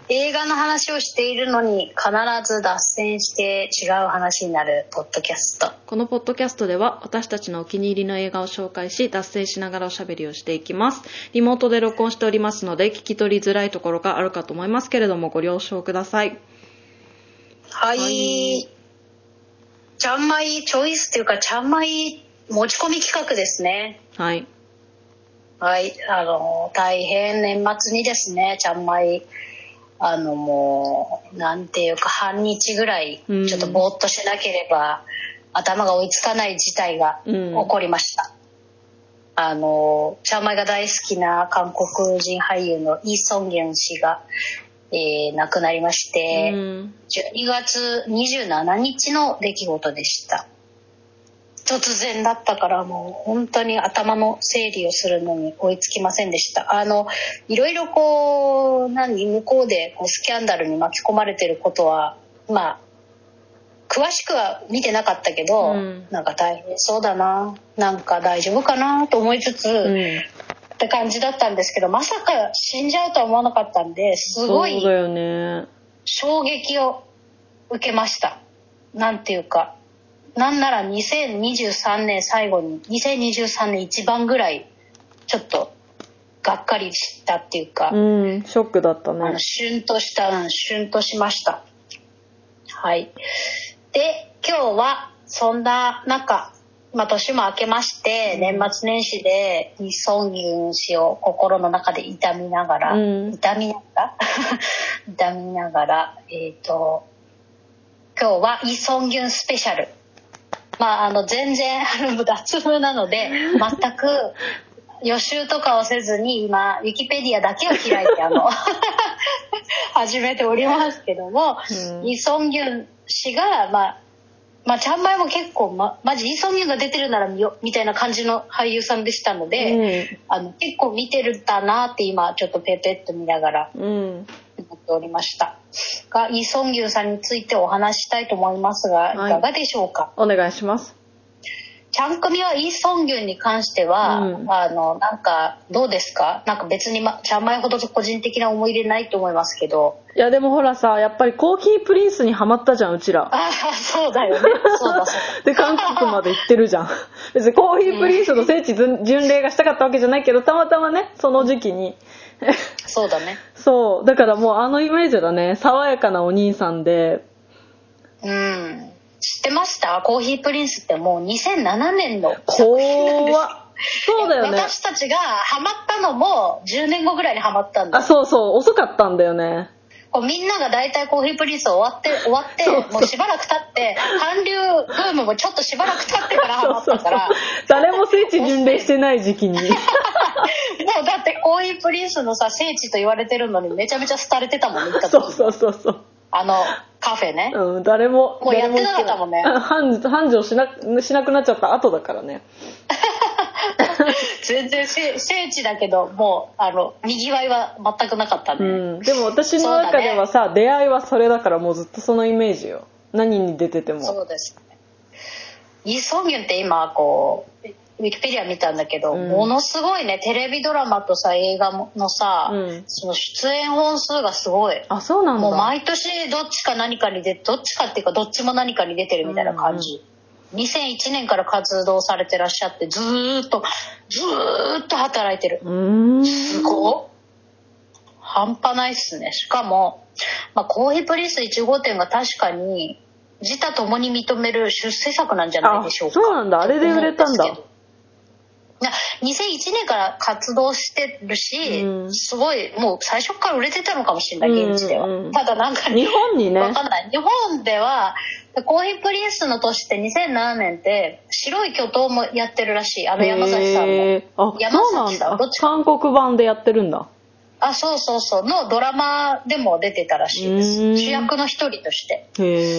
映画の話をしているのに必ず脱線して違う話になるポッドキャスト。 このポッドキャストでは私たちのお気に入りの映画を紹介し、脱線しながらおしゃべりをしていきます。リモートで録音しておりますので聞き取りづらいところがあるかと思いますけれどもご了承ください。 はい、ちゃんまいチョイスというかちゃんまい持ち込み企画ですね。 はいはい、大変年末にですね、ちゃんまいもうなんていうか半日ぐらいちょっとぼーっとしなければ頭が追いつかない事態が起こりました。ちゃんまいが大好きな韓国人俳優のイ・ソンギュン氏が、亡くなりまして、12月27日の出来事でした。突然だったからもう本当に頭の整理をするのに追いつきませんでした。いろいろこう向こうでこうスキャンダルに巻き込まれてることはまあ詳しくは見てなかったけど、なんか大変そうだな、なんか大丈夫かなと思いつつ、って感じだったんですけど、まさか死んじゃうとは思わなかったんですごい衝撃を受けました。なんていうか、なんなら2023年最後に2023年一番ぐらいちょっとがっかりしたっていうか、 ショックだったね。 シュンとしました。はい。で今日はそんな中、年も明けまして、年末年始でイ・ソンギュン氏を心の中で痛みながら、今日はイ・ソンギュンスペシャル。全然脱風なので全く予習とかをせずに今ウィキペディアだけを開いて始めておりますけども、イ・ソンギュン氏がちゃんまいも結構マジイ・ソンギュンが出てるなら見よみたいな感じの俳優さんでしたので、結構見てるんだなって今ちょっとペペッと見ながら思っておりましたが、イ・ソンギュンさんについてお話ししたいと思いますが、いかがでしょうか。 お願いします。 ちゃんくみはイ・ソンギュンに関しては、なんかどうですか。なんか別にちゃんまいほど個人的な思い入れないと思いますけど。 いやでもほらさ、やっぱりコーヒープリンスにハマったじゃん、うちら。 そうだよね。そうだで韓国まで行ってるじゃん。別にコーヒープリンスの聖地巡礼がしたかったわけじゃないけど、たまたまねその時期にそうだね。 そうだからもうイメージだね。爽やかなお兄さんで。 知ってました？コーヒープリンスってもう2007年の作品なんです。 そうだよね。 私たちがハマったのも10年後ぐらいにハマったんだ。 そう遅かったんだよね。 みんなが大体コーヒープリンス終わってもうしばらく経って韓流ブームもちょっとしばらく経ってからハマったから誰も聖地巡礼してない時期にもうだってコーヒープリンスのさ聖地と言われてるのにめちゃめちゃ廃れてたもんね。 そうカフェね、 誰ももうやってなかったもんね。 繁盛しなくなっちゃった後だからね全然聖地だけどもうにぎわいは全くなかったね。 でも私の中ではさ、出会いはそれだからもうずっとそのイメージよ。何に出てても。 そうですね。イ・ソンギュンって今ウィキペディア見たんだけど、ものすごいね、テレビドラマとさ映画のさ、その出演本数がすごい。 そうなんだ。 もう毎年どっちか何かにどっちかっていうかどっちも何かに出てるみたいな感じ。2001年から活動されてらっしゃってずーっと働いてる。すごい半端ないっすね。しかも、コーヒープリンス1号店が確かに自他ともに認める出世作なんじゃないでしょうか。 そうなんだ。あれで売れたんだ。 2001年から活動してるし、すごいもう最初から売れてたのかもしれない現地では。ただなんか日本にね、 わかんない。日本ではコーヒープリンスの年って2007年って白い巨頭もやってるらしい。山崎さんの。山崎さんどっちか。 韓国版でやってるんだ。 そうのドラマでも出てたらしいです。主役の一人として。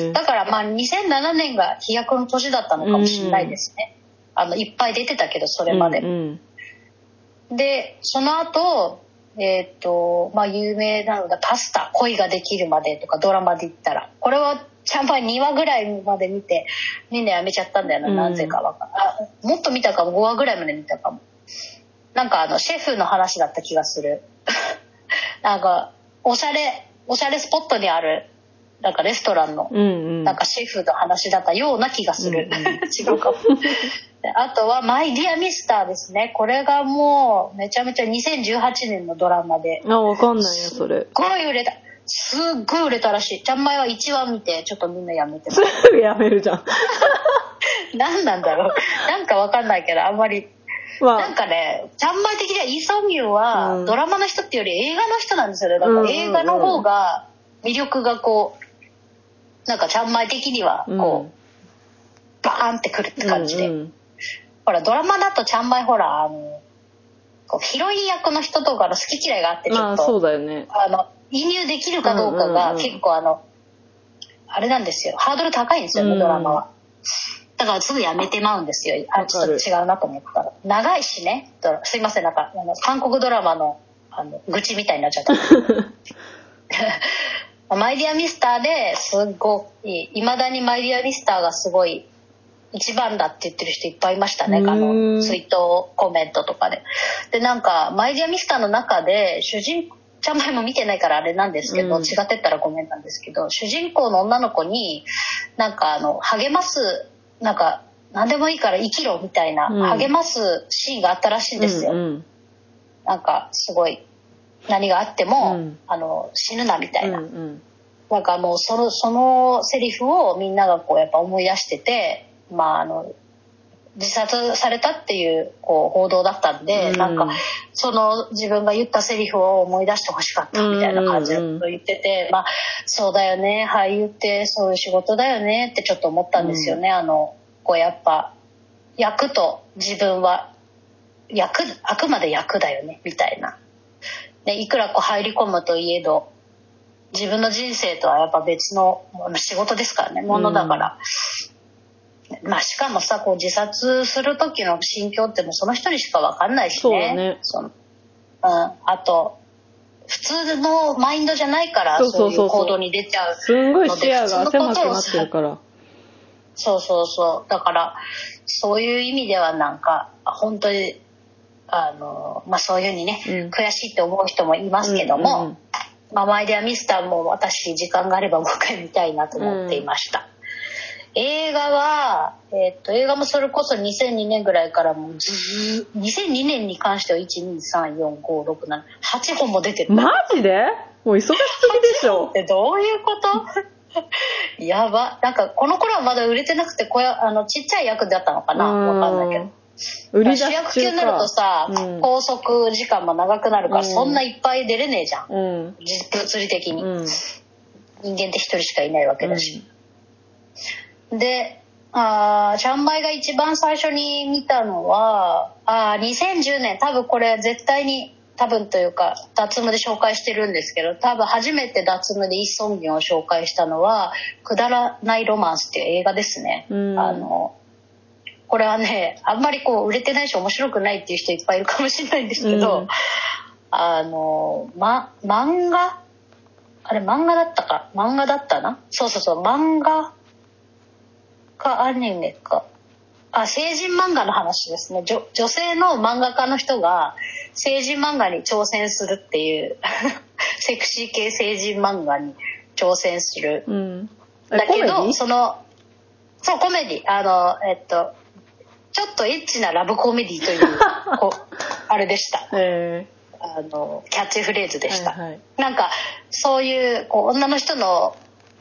だから2007年が飛躍の年だったのかもしれないですね。いっぱい出てたけどそれまで。でその後有名なのがパスタ恋ができるまでとかドラマで言ったらこれはちゃんと2話ぐらいまで見てみんなやめちゃったんだよな、なぜかわかんない。もっと見たかも、5話ぐらいまで見たかも。なんかシェフの話だった気がするなんかおしゃれおしゃれスポットにあるなんかレストランの、なんかシェフの話だったような気がする、違うかもあとはマイディアミスターですね。これがもうめちゃめちゃ2018年のドラマで、 わかんないよそれ。 すっごい売れた、すっごい売れたらしい。ちゃんまいは1話見てちょっとみんなやめてます。 すぐやめるじゃん何なんだろう、なんかわかんないけどあんまり、なんかね、ちゃんまい的にはイ・ソンギュンはドラマの人っていうより映画の人なんですよね。だから映画の方が魅力がこうなんかちゃんまい的にはこう、バーンってくるって感じで、ほらドラマだとちゃんまいほらこうヒロイン役の人とかの好き嫌いがあってちょっと、 そうだよね、 移入できるかどうかが結構あれなんですよ、ハードル高いんですよね、ドラマは。だからすぐやめてまうんですよ。ちょっと違うなと思ったら長いしね。すいません、なんか韓国ドラマの愚痴みたいになっちゃったマイディアミスターですっごい未だにマイディアミスターがすごい一番だって言ってる人いっぱいいましたね。追悼コメントとかで。でなんかマイディアミスターの中で主人公、ちゃんまいも見てないからあれなんですけど、違ってったらごめんなんですけど、主人公の女の子になんか励ますなんか何でもいいから生きろみたいな、励ますシーンがあったらしいんですよ。なんかすごい何があっても、死ぬなみたいな、なんかもうそのセリフをみんながこうやっぱ思い出してて、自殺されたっていうこう報道だったんで、なんかその自分が言ったセリフを思い出してほしかったみたいな感じのことを言ってて、そうだよね、俳優ってそういう仕事だよねってちょっと思ったんですよね。こうやっぱ役と自分はあくまで役だよねみたいな。でいくらこう入り込むといえど自分の人生とはやっぱ別の仕事ですからね、ものだから、しかもさこう自殺する時の心境ってもうその人にしか分かんないしね。あと普通のマインドじゃないからそういう行動に出ちゃうので、 すんごい視野が狭くなってるから。 そうだからそういう意味ではなんか本当にそういうふうにね、悔しいって思う人もいますけども、マイデアミスターも私時間があればもう一回見たいなと思っていました。映画は、映画もそれこそ2002年ぐらいからも2002年に関しては 1,2,3,4,5,6,7,8 本も出てる。 マジで？もう忙しすぎでしょ。 ってどういうことやば。なんかこの頃はまだ売れてなくてちっちゃい役だったのかな、わかんないけど。主役級になるとさ、拘束時間も長くなるから、そんないっぱい出れねえじゃん、物理的に、人間って一人しかいないわけだし、でちゃんまいが一番最初に見たのは2010年、多分これ絶対に多分というか脱務で紹介してるんですけど、多分初めて脱務でイ・ソンギュンを紹介したのはくだらないロマンスっていう映画ですね。これはねあんまりこう売れてないし面白くないっていう人いっぱいいるかもしれないんですけど、漫画あれ漫画だったか漫画だったな、そう漫画かアニメか成人漫画の話ですね。女性の漫画家の人が成人漫画に挑戦するっていうセクシー系成人漫画に挑戦する、だけどそうコメディちょっとエッチなラブコメディというあれでした。キャッチフレーズでした。なんかそういう女の人の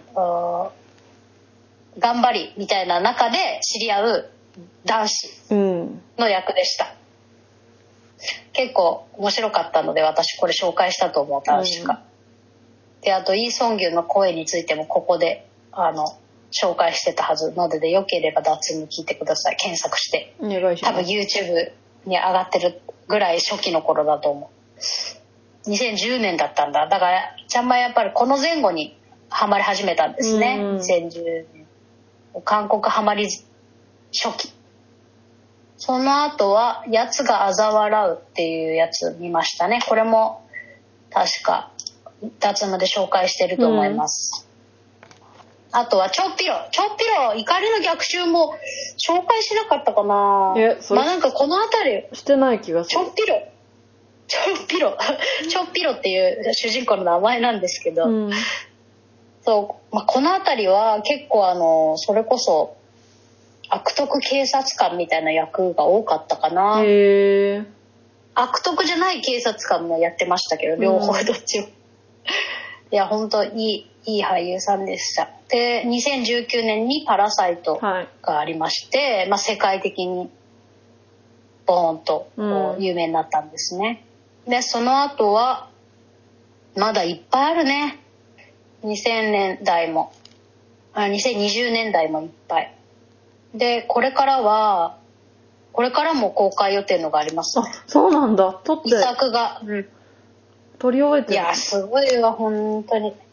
頑張りみたいな中で知り合う男子の役でした。結構面白かったので私これ紹介したと思う、確か。であとイ・ソンギュンの声についてもここで紹介してたはずなので、よければ脱に聞いてください。検索してお願いします。 多分 YouTube に上がってるぐらい初期の頃だと思う。2010年だったんだ。だからちゃんまいやっぱりこの前後にハマり始めたんですね。2010年韓国ハマり初期。その後はやつが嘲笑うっていうやつ見ましたね。これも確か脱務で紹介してると思います。あとはチョッピロ怒りの逆襲も紹介しなかったかな。なんかこの辺りしてない気がする。 チちょっぴろっていう主人公の名前なんですけど、そう、この辺りは結構それこそ悪徳警察官みたいな役が多かったかな。 へー。 悪徳じゃない警察官もやってましたけど、両方どっちも。いや本当いい俳優さんでした。で2019年にパラサイトがありまして、世界的にボーンと有名になったんですね。でその後はまだいっぱいあるね。2000年代も2020年代もいっぱいで、これからも公開予定のがありますね。 あ、そうなんだ。 遺作が、 撮り終えてる。 いやすごいわ本当に。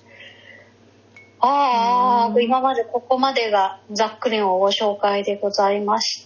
今までここまでがざっくりのご紹介でございまして、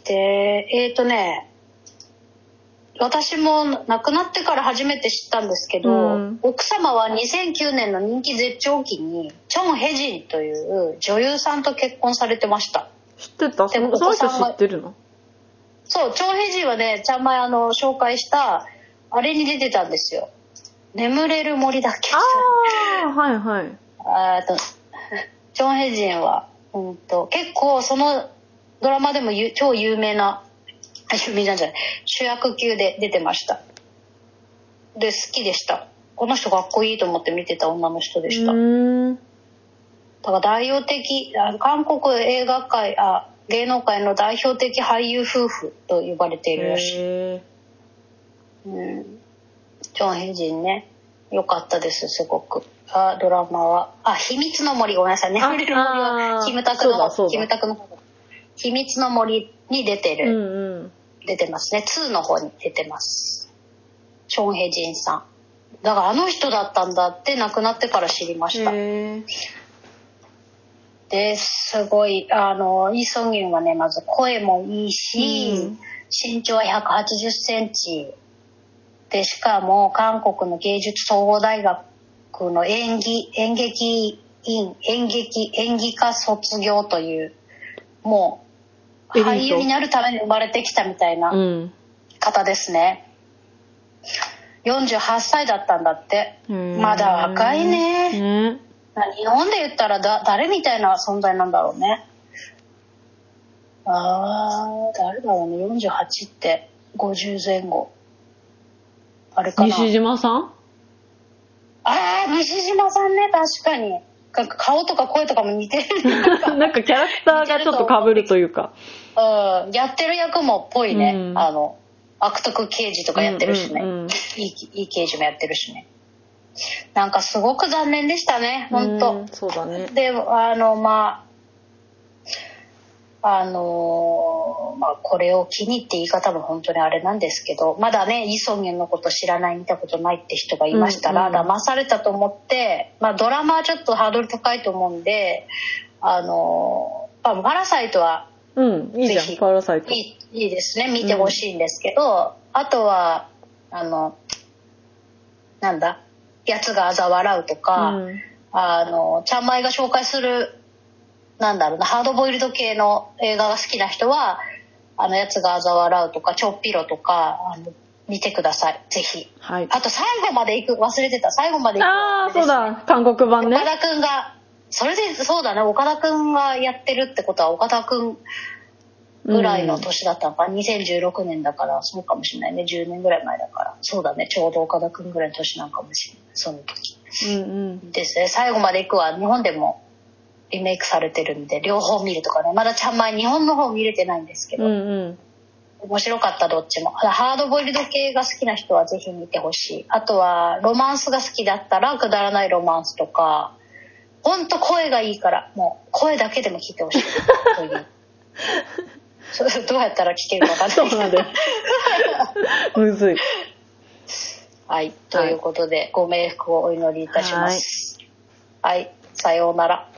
私も亡くなってから初めて知ったんですけど、奥様は2009年の人気絶頂期にチョン・ヘジンという女優さんと結婚されてました。 知ってた？その人知ってるの？ そう、チョン・ヘジンはね、ちゃんまい紹介したあれに出てたんですよ。眠れる森だっけ。 はいはい。 チョン・ヘジンは、結構そのドラマでも超有名な主役級で出てました。で好きでした。この人かっこいいと思って見てた女の人でした。だから代表的韓国映画界芸能界の代表的俳優夫婦と呼ばれているらしい。チョン・ヘジンね、良かったですすごく。ドラマは秘密の森、ごめんなさいね。眠れる森はキムタクの秘密の森に出てる。出てますね。2の方に出てます。チョン・ヘジンさん。だからあの人だったんだって亡くなってから知りました。ですごいイ・ソンギュンはね、まず声もいいし、身長は180センチで、しかも韓国の芸術総合大学の演技科卒業という、もう俳優になるために生まれてきたみたいな方ですね。48歳だったんだって。まだ若いね。日本で言ったら誰みたいな存在なんだろうね。誰だろうね。48って50前後。あれかな。 西島さん？ 西島さんね、確かに。顔とか声とかも似てる。 なんかキャラクターがちょっと被るというか。 やってる役もっぽいね。悪徳刑事とかやってるしね。いい刑事もやってるしね。なんかすごく残念でしたね、本当。 そうだね。 で、これを機にって言い方も本当にあれなんですけど、まだねイ・ソンギュンのこと知らない、見たことないって人がいましたら、騙されたと思って、ドラマはちょっとハードル高いと思うんで、パラサイトはいいじゃん。パラサイトいいですね、見てほしいんですけど、あとはなんだ、やつが嘲笑うとか、ちゃんまいが紹介するハードボイルド系の映画が好きな人はやつが嘲笑うとかちょっぴろとか見てください、ぜひ。あと最後まで行く、忘れてた、最後まで行く、 そうだ、韓国版ね。 岡田くんがそれで、そうだね、岡田くんがやってるってことは岡田くんぐらいの年だったのか、2016年だからそうかもしれないね、10年ぐらい前だから、そうだね、ちょうど岡田くんぐらいの年なんかもしれない、その時ですね。最後まで行くは日本でもリメイクされてるんで両方見るとかね、まだちゃんまい日本の方見れてないんですけど、面白かった、どっちも。ハードボイルド系が好きな人はぜひ見てほしい。あとはロマンスが好きだったらくだらないロマンスとか、ほんと声がいいからもう声だけでも聞いてほしいというどうやったら聞けるか分かんない。 そうなんだよ。むずい。 はい、ということで、ご冥福をお祈りいたします。はい、さようなら。